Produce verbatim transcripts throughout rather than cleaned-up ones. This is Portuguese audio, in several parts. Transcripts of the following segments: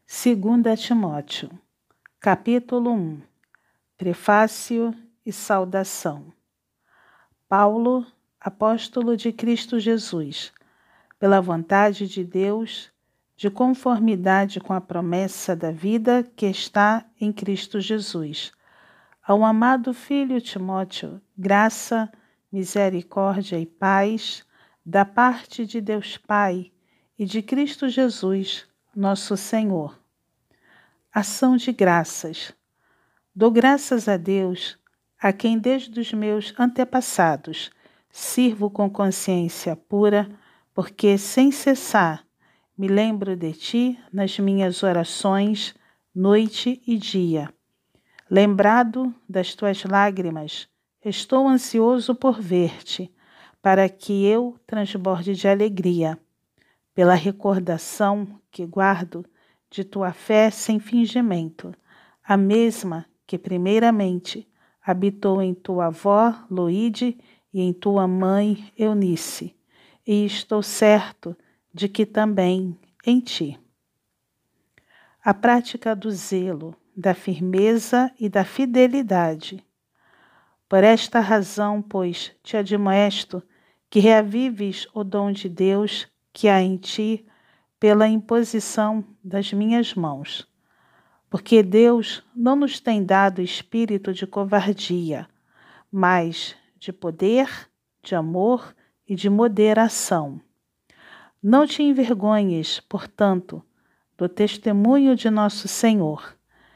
Segunda Timóteo, capítulo um, Prefácio e Saudação. Paulo, apóstolo de Cristo Jesus, pela vontade de Deus, de conformidade com a promessa da vida que está em Cristo Jesus. Ao amado filho Timóteo, graça, misericórdia e paz, da parte de Deus Pai e de Cristo Jesus, nosso Senhor. Ação de graças. Dou graças a Deus, a quem desde os meus antepassados sirvo com consciência pura, porque sem cessar me lembro de ti nas minhas orações, noite e dia. Lembrado das tuas lágrimas, estou ansioso por ver-te, para que eu transborde de alegria, pela recordação que guardo de tua fé sem fingimento, a mesma que primeiramente habitou em tua avó Loide e em tua mãe Eunice, e estou certo de que também em ti. A prática do zelo, da firmeza e da fidelidade. Por esta razão, pois, te admoesto que reavives o dom de Deus que há em ti pela imposição das minhas mãos. Porque Deus não nos tem dado espírito de covardia, mas de poder, de amor e de moderação. Não te envergonhes, portanto, do testemunho de nosso Senhor,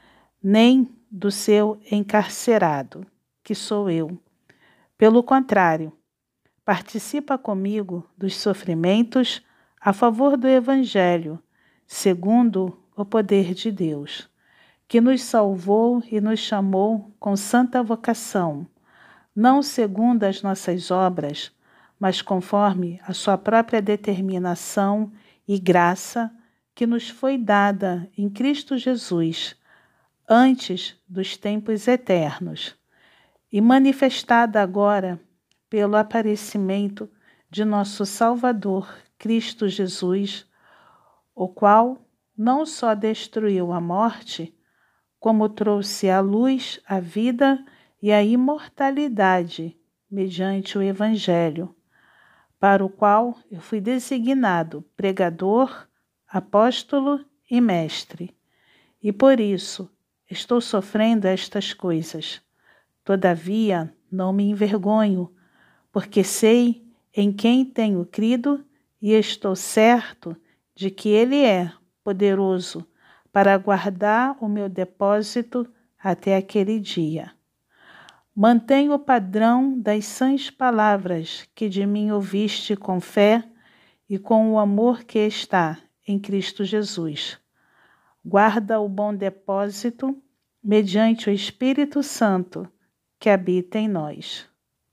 nem do seu encarcerado, que sou eu. Pelo contrário, participa comigo dos sofrimentos a favor do Evangelho, segundo o poder de Deus, que nos salvou e nos chamou com santa vocação, não segundo as nossas obras, mas conforme a sua própria determinação e graça que nos foi dada em Cristo Jesus, antes dos tempos eternos, e manifestada agora pelo aparecimento de nosso Salvador, Cristo Jesus, o qual não só destruiu a morte, como trouxe à luz a vida e a imortalidade mediante o Evangelho, para o qual eu fui designado pregador, apóstolo e mestre. E por isso estou sofrendo estas coisas. Todavia não me envergonho, porque sei em quem tenho crido e estou certo de que Ele é poderoso para guardar o meu depósito até aquele dia. Mantenho o padrão das sãs palavras que de mim ouviste com fé e com o amor que está em Cristo Jesus. Guarda o bom depósito mediante o Espírito Santo que habita em nós.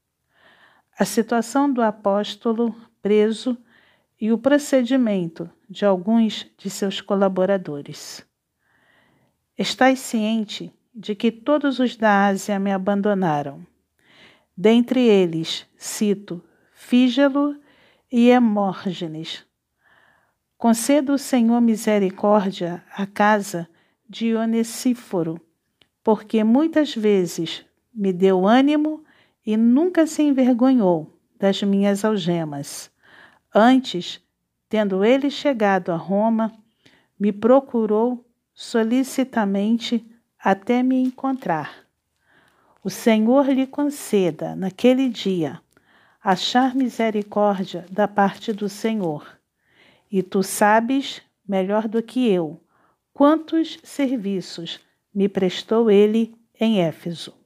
A situação do apóstolo preso e o procedimento de alguns de seus colaboradores. Estás ciente de que todos os da Ásia me abandonaram. Dentre eles, cito Fígelo e Hemórgenes. Conceda o Senhor misericórdia à casa de Onesíforo, porque muitas vezes me deu ânimo e nunca se envergonhou das minhas algemas. Antes, tendo ele chegado a Roma, me procurou solicitamente até me encontrar. O Senhor lhe conceda, naquele dia, achar misericórdia da parte do Senhor. E tu sabes, melhor do que eu, quantos serviços me prestou ele em Éfeso.